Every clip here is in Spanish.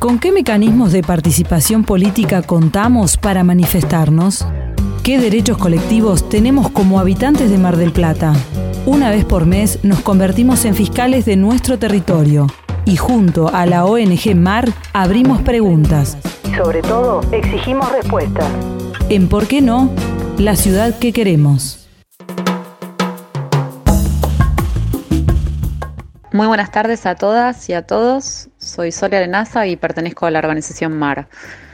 ¿Con qué mecanismos de participación política contamos para manifestarnos? ¿Qué derechos colectivos tenemos como habitantes de Mar del Plata? Una vez por mes nos convertimos en fiscales de nuestro territorio y junto a la ONG MAR abrimos preguntas. Y sobre todo, exigimos respuestas. En ¿Por qué no? La ciudad que queremos. Muy buenas tardes a todas y a todos. Soy Sole Arenaza y pertenezco a la organización MAR.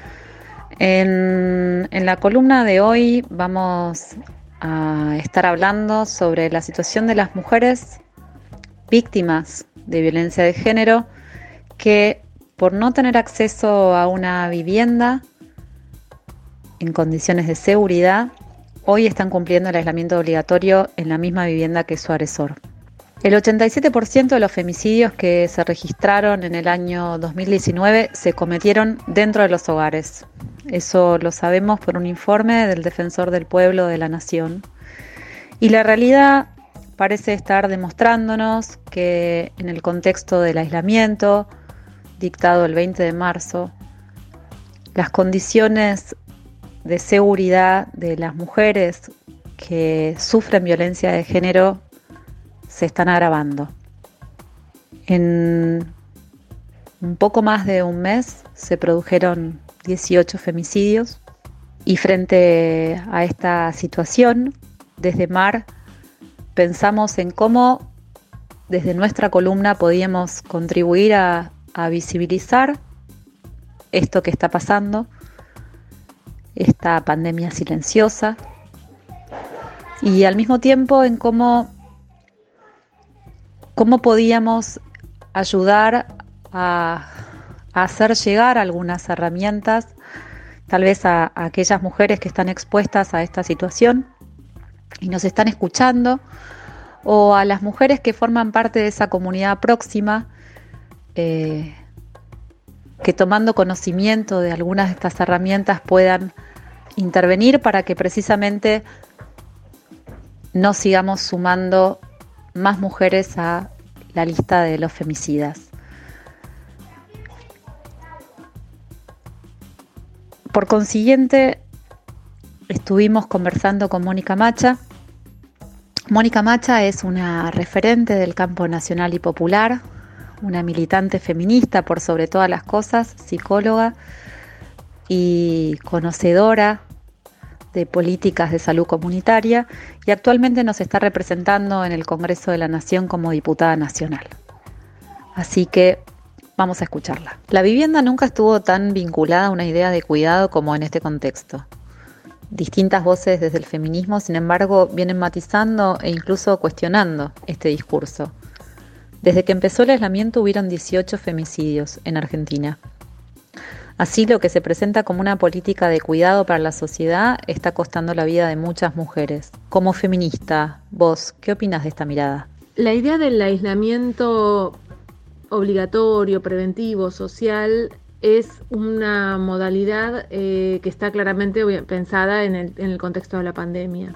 En la columna de hoy vamos a estar hablando sobre la situación de las mujeres víctimas de violencia de género que, por no tener acceso a una vivienda en condiciones de seguridad, hoy están cumpliendo el aislamiento obligatorio en la misma vivienda que su agresor. El 87% de los femicidios que se registraron en el año 2019 se cometieron dentro de los hogares. Eso lo sabemos por un informe del Defensor del Pueblo de la Nación. Y la realidad parece estar demostrándonos que en el contexto del aislamiento dictado el 20 de marzo, las condiciones de seguridad de las mujeres que sufren violencia de género se están agravando. En un poco más de un mes se produjeron 18 femicidios y frente a esta situación, desde MAR pensamos en cómo desde nuestra columna podíamos contribuir a visibilizar esto que está pasando, esta pandemia silenciosa, y al mismo tiempo en cómo podíamos ayudar a hacer llegar algunas herramientas, tal vez a aquellas mujeres que están expuestas a esta situación y nos están escuchando, o a las mujeres que forman parte de esa comunidad próxima, que tomando conocimiento de algunas de estas herramientas puedan intervenir para que precisamente no sigamos sumando más mujeres a la lista de los femicidas. Por consiguiente, estuvimos conversando con Mónica Macha. Mónica Macha es una referente del campo nacional y popular, una militante feminista por sobre todas las cosas, psicóloga y conocedora de políticas de salud comunitaria, y actualmente nos está representando en el Congreso de la Nación como diputada nacional. Así que vamos a escucharla. La vivienda nunca estuvo tan vinculada a una idea de cuidado como en este contexto. Distintas voces desde el feminismo, sin embargo, vienen matizando e incluso cuestionando este discurso. Desde que empezó el aislamiento hubieron 18 femicidios en Argentina. Así, lo que se presenta como una política de cuidado para la sociedad está costando la vida de muchas mujeres. Como feminista, vos, ¿qué opinas de esta mirada? La idea del aislamiento obligatorio, preventivo, social, es una modalidad que está claramente pensada en el contexto de la pandemia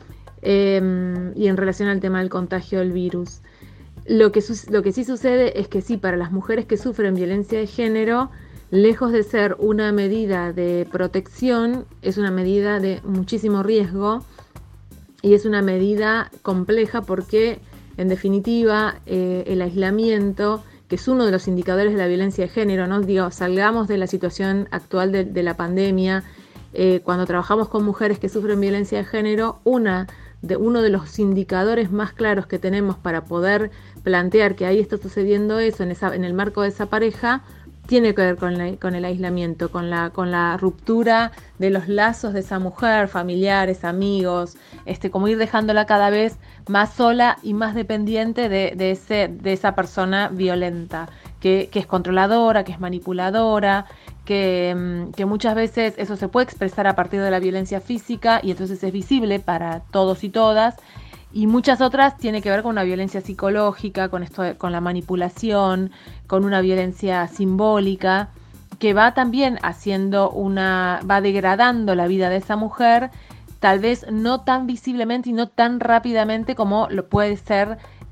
y en relación al tema del contagio del virus. Lo que sí sucede es que sí, para las mujeres que sufren violencia de género, lejos de ser una medida de protección, es una medida de muchísimo riesgo y es una medida compleja porque, en definitiva, el aislamiento, que es uno de los indicadores de la violencia de género, ¿no? Digo, salgamos de la situación actual de la pandemia. Cuando trabajamos con mujeres que sufren violencia de género, uno de los indicadores más claros que tenemos para poder plantear que ahí está sucediendo eso en el marco de esa pareja, tiene que ver con el aislamiento, con la ruptura de los lazos de esa mujer, familiares, amigos, como ir dejándola cada vez más sola y más dependiente de esa persona violenta, que es controladora, que es manipuladora, que muchas veces eso se puede expresar a partir de la violencia física y entonces es visible para todos y todas. Y muchas otras tiene que ver con una violencia psicológica, con la manipulación, con una violencia simbólica, que va también va degradando la vida de esa mujer, tal vez no tan visiblemente y no tan rápidamente como lo puede ser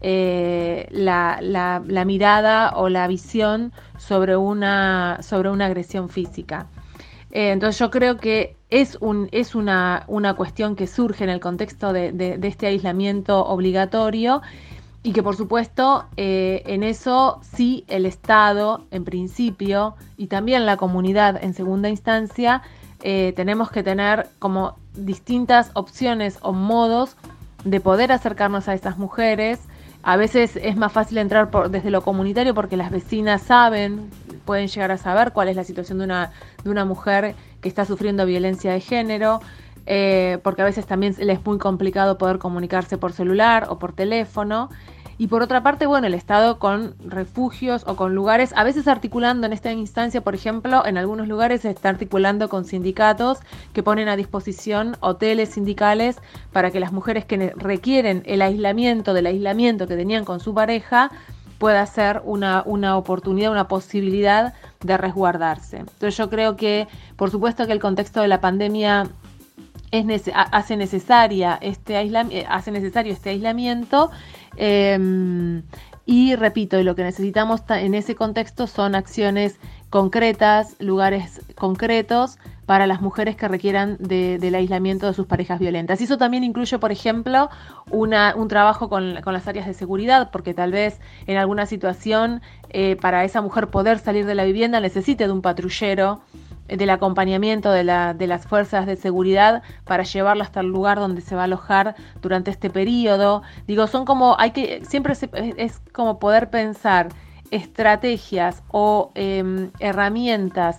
la mirada o la visión sobre una agresión física. Entonces yo creo que es una cuestión que surge en el contexto de este aislamiento obligatorio, y que por supuesto en eso sí el Estado en principio y también la comunidad en segunda instancia tenemos que tener como distintas opciones o modos de poder acercarnos a estas mujeres. A veces es más fácil entrar desde lo comunitario porque las vecinas pueden llegar a saber cuál es la situación de una mujer que está sufriendo violencia de género, porque a veces también les es muy complicado poder comunicarse por celular o por teléfono. Y por otra parte, bueno, el Estado con refugios o con lugares, a veces articulando en esta instancia, por ejemplo, en algunos lugares se está articulando con sindicatos que ponen a disposición hoteles sindicales para que las mujeres que requieren el aislamiento del aislamiento que tenían con su pareja pueda ser una oportunidad, una posibilidad de resguardarse. Entonces yo creo que, por supuesto que el contexto de la pandemia hace necesario este aislamiento, y repito, lo que necesitamos en ese contexto son acciones concretas, lugares concretos para las mujeres que requieran del aislamiento de sus parejas violentas. Y eso también incluye, por ejemplo, un trabajo con las áreas de seguridad, porque tal vez en alguna situación para esa mujer poder salir de la vivienda necesite de un patrullero, del acompañamiento de las fuerzas de seguridad para llevarlo hasta el lugar donde se va a alojar durante este periodo. Digo, son como, es como poder pensar estrategias o herramientas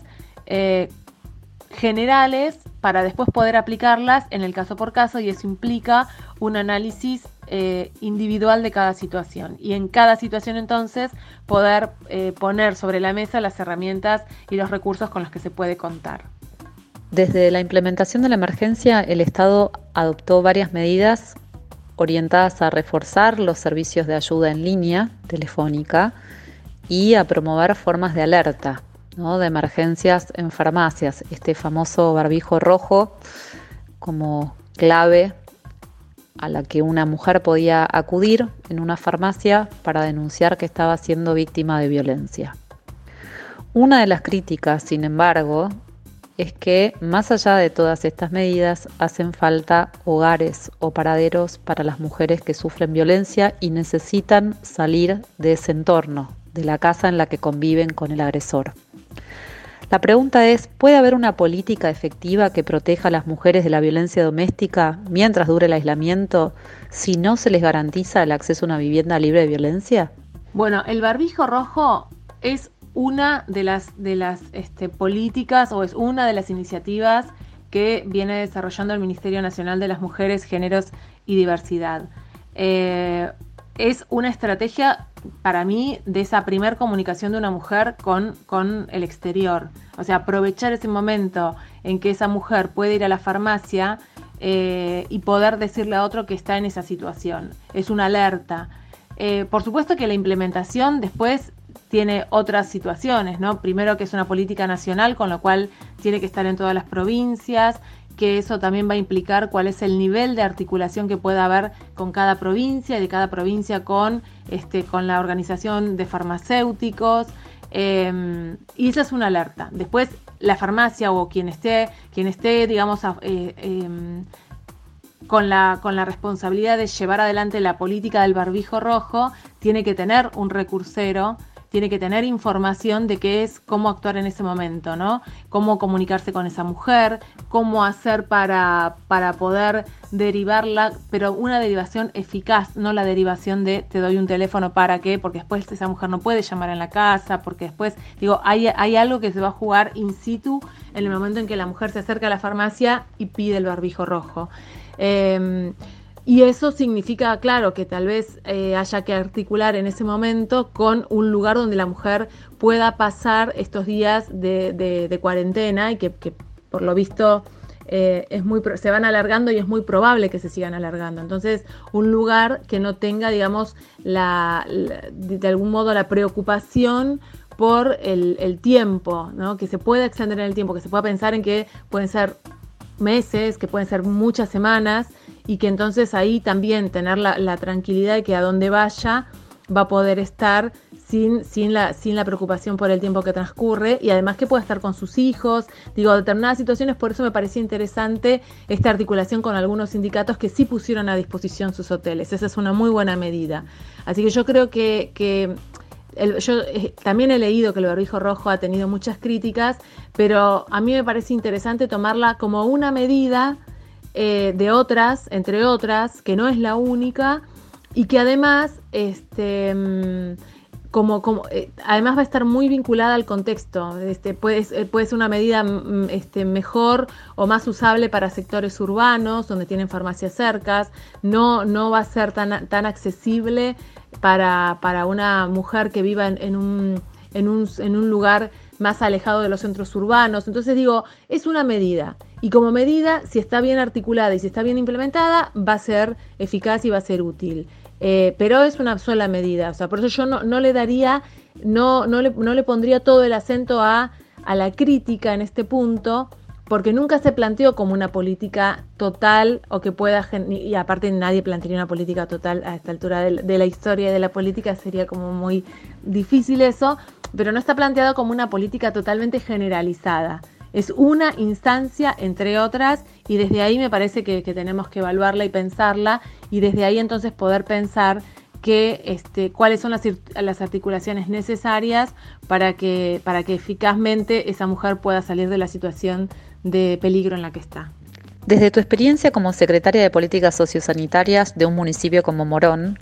generales para después poder aplicarlas en el caso por caso, y eso implica un análisis individual de cada situación, y en cada situación entonces poder poner sobre la mesa las herramientas y los recursos con los que se puede contar. Desde la implementación de la emergencia, el Estado adoptó varias medidas orientadas a reforzar los servicios de ayuda en línea telefónica y a promover formas de alerta, ¿no?, de emergencias en farmacias. Este famoso barbijo rojo como clave a la que una mujer podía acudir en una farmacia para denunciar que estaba siendo víctima de violencia. Una de las críticas, sin embargo, es que más allá de todas estas medidas, hacen falta hogares o paraderos para las mujeres que sufren violencia y necesitan salir de ese entorno, de la casa en la que conviven con el agresor. La pregunta es, ¿puede haber una política efectiva que proteja a las mujeres de la violencia doméstica mientras dure el aislamiento si no se les garantiza el acceso a una vivienda libre de violencia? Bueno, el barbijo rojo es una de las políticas, o es una de las iniciativas que viene desarrollando el Ministerio Nacional de las Mujeres, Géneros y Diversidad. Es una estrategia, para mí, de esa primer comunicación de una mujer con el exterior. O sea, aprovechar ese momento en que esa mujer puede ir a la farmacia y poder decirle a otro que está en esa situación. Es una alerta. Por supuesto que la implementación después tiene otras situaciones, ¿no? Primero, que es una política nacional, con lo cual tiene que estar en todas las provincias, que eso también va a implicar cuál es el nivel de articulación que pueda haber con cada provincia, y de cada provincia con la organización de farmacéuticos, y esa es una alerta. Después, la farmacia o quien esté, digamos, con la responsabilidad de llevar adelante la política del barbijo rojo, tiene que tener un recursero, tiene que tener información de cómo actuar en ese momento, ¿no? Cómo comunicarse con esa mujer, cómo hacer para poder derivarla, pero una derivación eficaz, no la derivación de te doy un teléfono para qué, porque después esa mujer no puede llamar en la casa, porque después, hay algo que se va a jugar in situ en el momento en que la mujer se acerca a la farmacia y pide el barbijo rojo. Y eso significa, claro, que tal vez haya que articular en ese momento con un lugar donde la mujer pueda pasar estos días de cuarentena, y que por lo visto se van alargando, y es muy probable que se sigan alargando. Entonces, un lugar que no tenga, digamos, de algún modo la preocupación por el tiempo, ¿no? Que se pueda extender en el tiempo, que se pueda pensar en que pueden ser meses, que pueden ser muchas semanas, y que entonces ahí también tener la tranquilidad de que a donde vaya va a poder estar sin la preocupación por el tiempo que transcurre, y además que pueda estar con sus hijos. Digo, determinadas situaciones, por eso me parecía interesante esta articulación con algunos sindicatos que sí pusieron a disposición sus hoteles. Esa es una muy buena medida. Así que yo creo que yo también he leído que el barbijo rojo ha tenido muchas críticas, pero a mí me parece interesante tomarla como una medida de otras, entre otras, que no es la única, y que además además va a estar muy vinculada al contexto. Puede ser una medida mejor o más usable para sectores urbanos donde tienen farmacias cercas. No va a ser tan accesible para una mujer que viva en un lugar más alejado de los centros urbanos. Entonces digo, es una medida, y como medida, si está bien articulada y si está bien implementada, va a ser eficaz y va a ser útil. Pero es una sola medida, o sea, por eso yo no le pondría todo el acento a la crítica en este punto, porque nunca se planteó como una política total, o que pueda, y aparte nadie plantearía una política total a esta altura de la historia de la política, sería como muy difícil eso, pero no está planteado como una política totalmente generalizada. Es una instancia entre otras, y desde ahí me parece que tenemos que evaluarla y pensarla, y desde ahí entonces poder pensar cuáles son las articulaciones necesarias para que eficazmente esa mujer pueda salir de la situación de peligro en la que está. Desde tu experiencia como secretaria de Políticas Sociosanitarias de un municipio como Morón,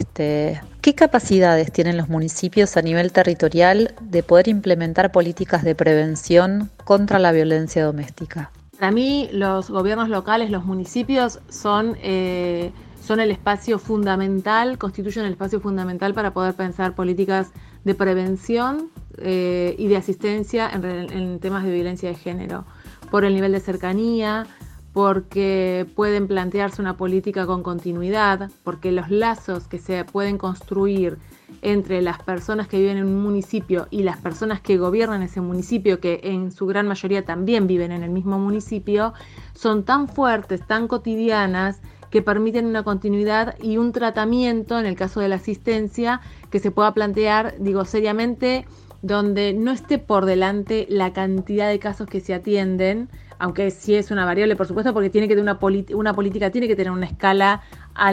¿qué capacidades tienen los municipios a nivel territorial de poder implementar políticas de prevención contra la violencia doméstica? Para mí, los gobiernos locales, los municipios, son el espacio fundamental, constituyen el espacio fundamental para poder pensar políticas de prevención y de asistencia en temas de violencia de género, por el nivel de cercanía, porque pueden plantearse una política con continuidad, porque los lazos que se pueden construir entre las personas que viven en un municipio y las personas que gobiernan ese municipio, que en su gran mayoría también viven en el mismo municipio, son tan fuertes, tan cotidianas, que permiten una continuidad y un tratamiento, en el caso de la asistencia, que se pueda plantear, digo, seriamente, donde no esté por delante la cantidad de casos que se atienden, aunque sí es una variable, por supuesto, porque tiene que tener una política, tiene que tener una escala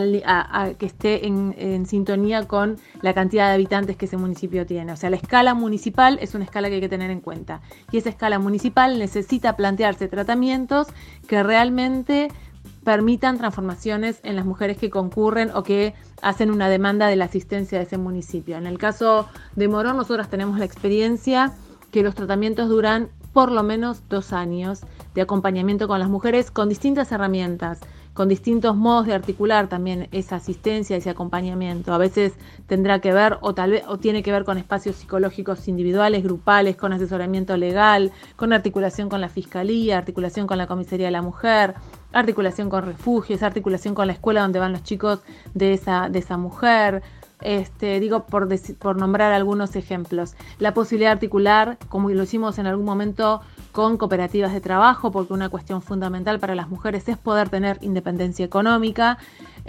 que esté en sintonía con la cantidad de habitantes que ese municipio tiene. O sea, la escala municipal es una escala que hay que tener en cuenta. Y esa escala municipal necesita plantearse tratamientos que realmente permitan transformaciones en las mujeres que concurren o que hacen una demanda de la asistencia de ese municipio. En el caso de Morón, nosotras tenemos la experiencia que los tratamientos duran por lo menos 2 años de acompañamiento con las mujeres, con distintas herramientas, con distintos modos de articular también esa asistencia, ese acompañamiento. A veces tendrá que ver o tiene que ver con espacios psicológicos individuales, grupales, con asesoramiento legal, con articulación con la fiscalía, articulación con la comisaría de la mujer, articulación con refugios, articulación con la escuela donde van los chicos de esa mujer. Digo, por nombrar algunos ejemplos. La posibilidad de articular, como lo hicimos en algún momento, con cooperativas de trabajo, porque una cuestión fundamental para las mujeres es poder tener independencia económica,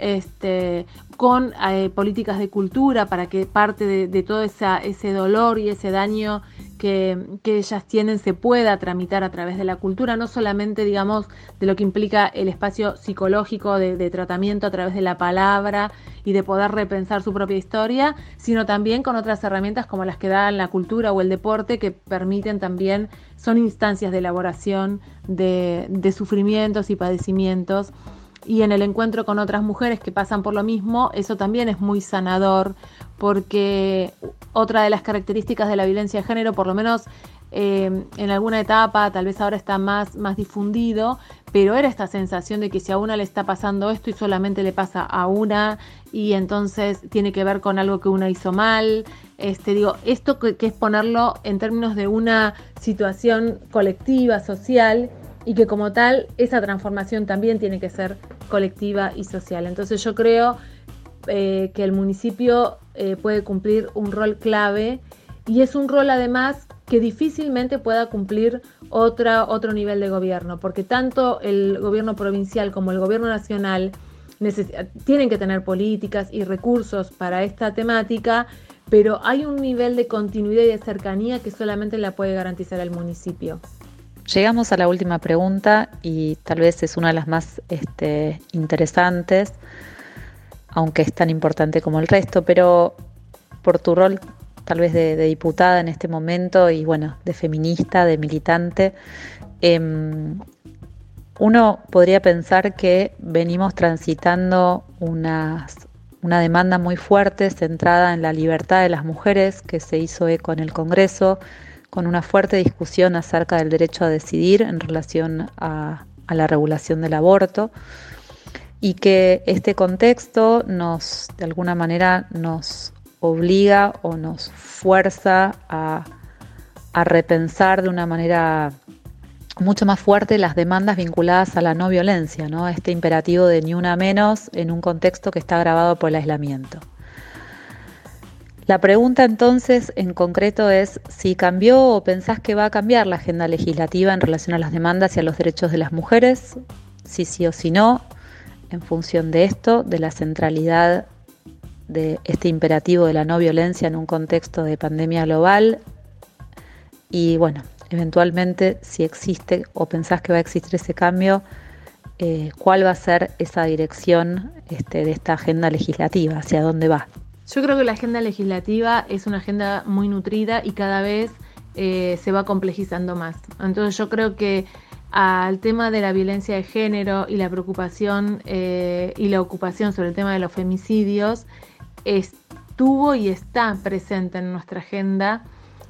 con políticas de cultura para que parte de todo ese dolor y ese daño que ellas tienen se pueda tramitar a través de la cultura, no solamente, digamos, de lo que implica el espacio psicológico de tratamiento a través de la palabra y de poder repensar su propia historia, sino también con otras herramientas como las que dan la cultura o el deporte, que permiten también, son instancias de elaboración de sufrimientos y padecimientos. Y en el encuentro con otras mujeres que pasan por lo mismo, eso también es muy sanador, porque otra de las características de la violencia de género, por lo menos en alguna etapa, tal vez ahora está más difundido, pero era esta sensación de que si a una le está pasando esto y solamente le pasa a una, y entonces tiene que ver con algo que una hizo mal. Esto que es ponerlo en términos de una situación colectiva, social, y que como tal esa transformación también tiene que ser colectiva y social. Entonces yo creo que el municipio puede cumplir un rol clave, y es un rol además que difícilmente pueda cumplir otro nivel de gobierno, porque tanto el gobierno provincial como el gobierno nacional tienen que tener políticas y recursos para esta temática, pero hay un nivel de continuidad y de cercanía que solamente la puede garantizar el municipio. Llegamos a la última pregunta y tal vez es una de las más interesantes, aunque es tan importante como el resto, pero por tu rol tal vez de diputada en este momento y bueno, de feminista, de militante, uno podría pensar que venimos transitando una demanda muy fuerte centrada en la libertad de las mujeres que se hizo eco en el Congreso, con una fuerte discusión acerca del derecho a decidir en relación a la regulación del aborto, y que este contexto de alguna manera nos obliga o nos fuerza a repensar de una manera mucho más fuerte las demandas vinculadas a la no violencia, ¿no? Este imperativo de ni una menos en un contexto que está agravado por el aislamiento. La pregunta entonces en concreto es si cambió o pensás que va a cambiar la agenda legislativa en relación a las demandas y a los derechos de las mujeres, si sí o si no, en función de esto, de la centralidad de este imperativo de la no violencia en un contexto de pandemia global y bueno, eventualmente si existe o pensás que va a existir ese cambio, ¿cuál va a ser esa dirección de esta agenda legislativa? ¿Hacia dónde va? Yo creo que la agenda legislativa es una agenda muy nutrida y cada vez se va complejizando más. Entonces yo creo que al tema de la violencia de género y la preocupación y la ocupación sobre el tema de los femicidios estuvo y está presente en nuestra agenda.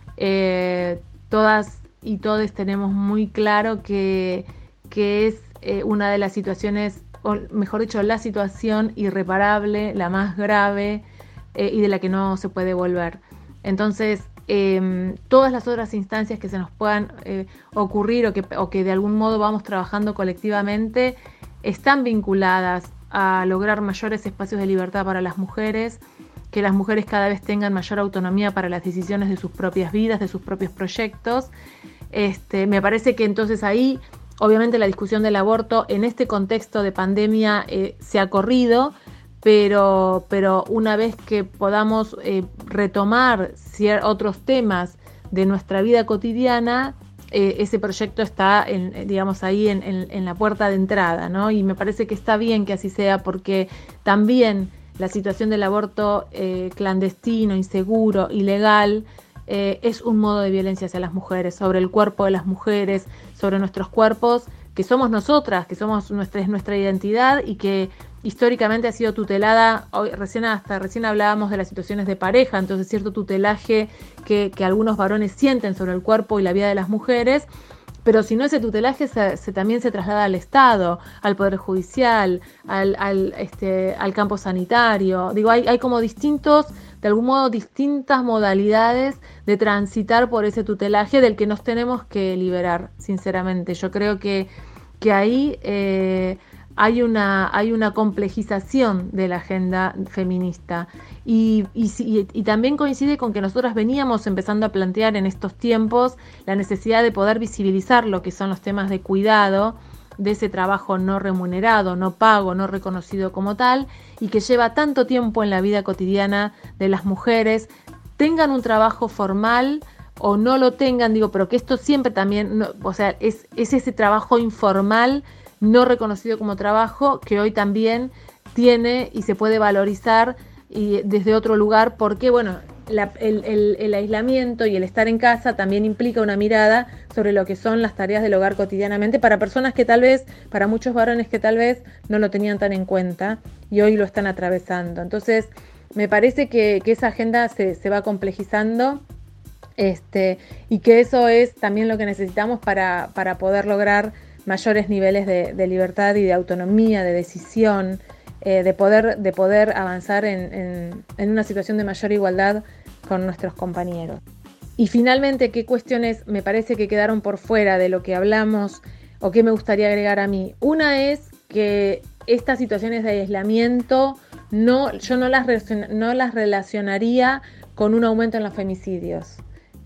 Todas y todos tenemos muy claro que es una de las situaciones, o mejor dicho, la situación irreparable, la más grave y de la que no se puede volver. Entonces, todas las otras instancias que se nos puedan ocurrir o que de algún modo vamos trabajando colectivamente están vinculadas a lograr mayores espacios de libertad para las mujeres, que las mujeres cada vez tengan mayor autonomía para las decisiones de sus propias vidas, de sus propios proyectos. Me parece que entonces ahí, obviamente la discusión del aborto en este contexto de pandemia se ha corrido, pero una vez que podamos retomar otros temas de nuestra vida cotidiana, ese proyecto está ahí en la puerta de entrada, ¿no? Y me parece que está bien que así sea, porque también la situación del aborto clandestino, inseguro, ilegal, es un modo de violencia hacia las mujeres, sobre el cuerpo de las mujeres, sobre nuestros cuerpos, que somos nosotras, que somos nuestra identidad y que históricamente ha sido tutelada. Recién hablábamos de las situaciones de pareja, entonces cierto tutelaje que algunos varones sienten sobre el cuerpo y la vida de las mujeres, pero si no, ese tutelaje también se traslada al Estado, al Poder Judicial, al campo sanitario. Digo, hay como de algún modo distintas modalidades de transitar por ese tutelaje del que nos tenemos que liberar, sinceramente. Yo creo que ahí hay una complejización de la agenda feminista y también coincide con que nosotras veníamos empezando a plantear en estos tiempos la necesidad de poder visibilizar lo que son los temas de cuidado, de ese trabajo no remunerado, no pago, no reconocido como tal, y que lleva tanto tiempo en la vida cotidiana de las mujeres, tengan un trabajo formal o no lo tengan, pero que esto siempre también, es ese trabajo informal, no reconocido como trabajo, que hoy también tiene y se puede valorizar y desde otro lugar, porque el aislamiento y el estar en casa también implica una mirada sobre lo que son las tareas del hogar cotidianamente para personas que tal vez, para muchos varones que tal vez no lo tenían tan en cuenta y hoy lo están atravesando. Entonces, me parece que esa agenda se va complejizando y que eso es también lo que necesitamos para poder lograr mayores niveles de libertad y de autonomía, de decisión, de poder avanzar en una situación de mayor igualdad con nuestros compañeros. Y finalmente, ¿qué cuestiones me parece que quedaron por fuera de lo que hablamos o qué me gustaría agregar a mí? Una es que estas situaciones de aislamiento yo no las relacionaría con un aumento en los femicidios.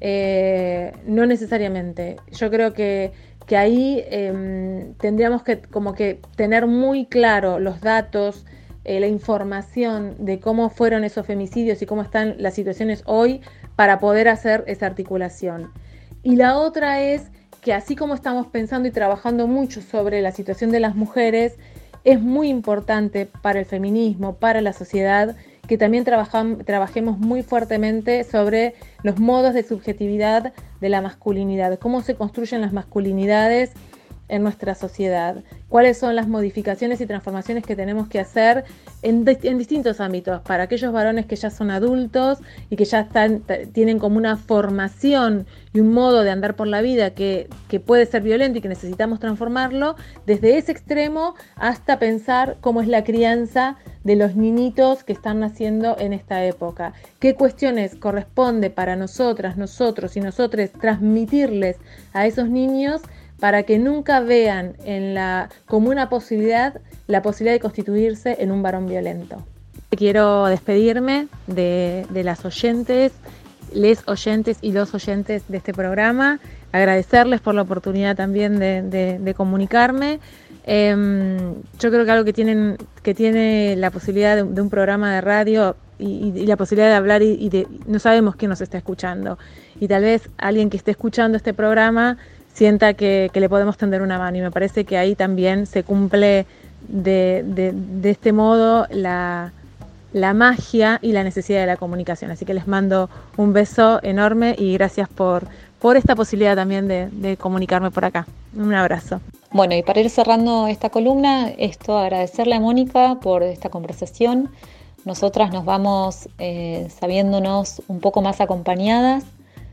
no necesariamente. Yo creo que ahí tendríamos que como que tener muy claro los datos, la información de cómo fueron esos femicidios y cómo están las situaciones hoy para poder hacer esa articulación. Y la otra es que así como estamos pensando y trabajando mucho sobre la situación de las mujeres, es muy importante para el feminismo, para la sociedad, que también trabajemos muy fuertemente sobre los modos de subjetividad de la masculinidad, cómo se construyen las masculinidades en nuestra sociedad, cuáles son las modificaciones y transformaciones que tenemos que hacer en distintos ámbitos, para aquellos varones que ya son adultos y que ya tienen como una formación y un modo de andar por la vida que puede ser violento y que necesitamos transformarlo, desde ese extremo hasta pensar cómo es la crianza de los niñitos que están naciendo en esta época. ¿Qué cuestiones corresponde para nosotras, nosotros y nosotres transmitirles a esos niños para que nunca vean como una posibilidad la posibilidad de constituirse en un varón violento? Quiero despedirme de las oyentes, les oyentes y los oyentes de este programa, agradecerles por la oportunidad también de comunicarme. Yo creo que algo que tiene la posibilidad de un programa de radio y la posibilidad de hablar no sabemos quién nos está escuchando, y tal vez alguien que esté escuchando este programa sienta que le podemos tender una mano, y me parece que ahí también se cumple de este modo la magia y la necesidad de la comunicación. Así que les mando un beso enorme y gracias por esta posibilidad también de comunicarme por acá. Un abrazo. Bueno, y para ir cerrando esta columna, agradecerle a Mónica por esta conversación. Nosotras nos vamos sabiéndonos un poco más acompañadas.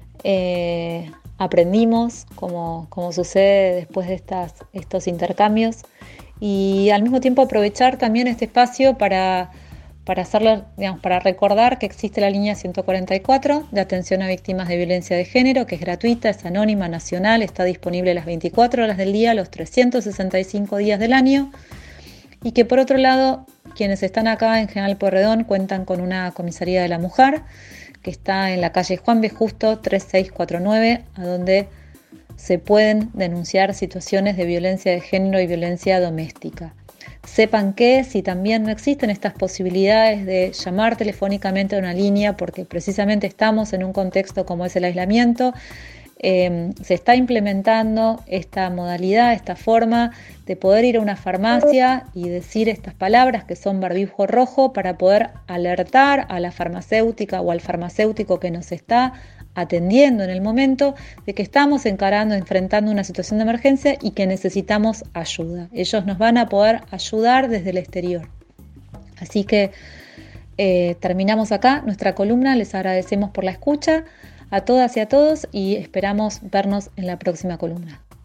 Aprendimos como sucede después de estos intercambios, y al mismo tiempo aprovechar también este espacio para hacerlo, para recordar que existe la línea 144 de atención a víctimas de violencia de género, que es gratuita, es anónima, nacional, está disponible las 24 horas del día, los 365 días del año, y que por otro lado, quienes están acá en General Pueyrredón cuentan con una comisaría de la mujer que está en la calle Juan B. Justo 3649, a donde se pueden denunciar situaciones de violencia de género y violencia doméstica. Sepan que si también no existen estas posibilidades de llamar telefónicamente a una línea, porque precisamente estamos en un contexto como es el aislamiento, se está implementando esta modalidad, esta forma de poder ir a una farmacia y decir estas palabras que son barbijo rojo para poder alertar a la farmacéutica o al farmacéutico que nos está atendiendo en el momento de que estamos enfrentando una situación de emergencia y que necesitamos ayuda. Ellos nos van a poder ayudar desde el exterior. Así que terminamos acá nuestra columna. Les agradecemos por la escucha a todas y a todos y esperamos vernos en la próxima columna.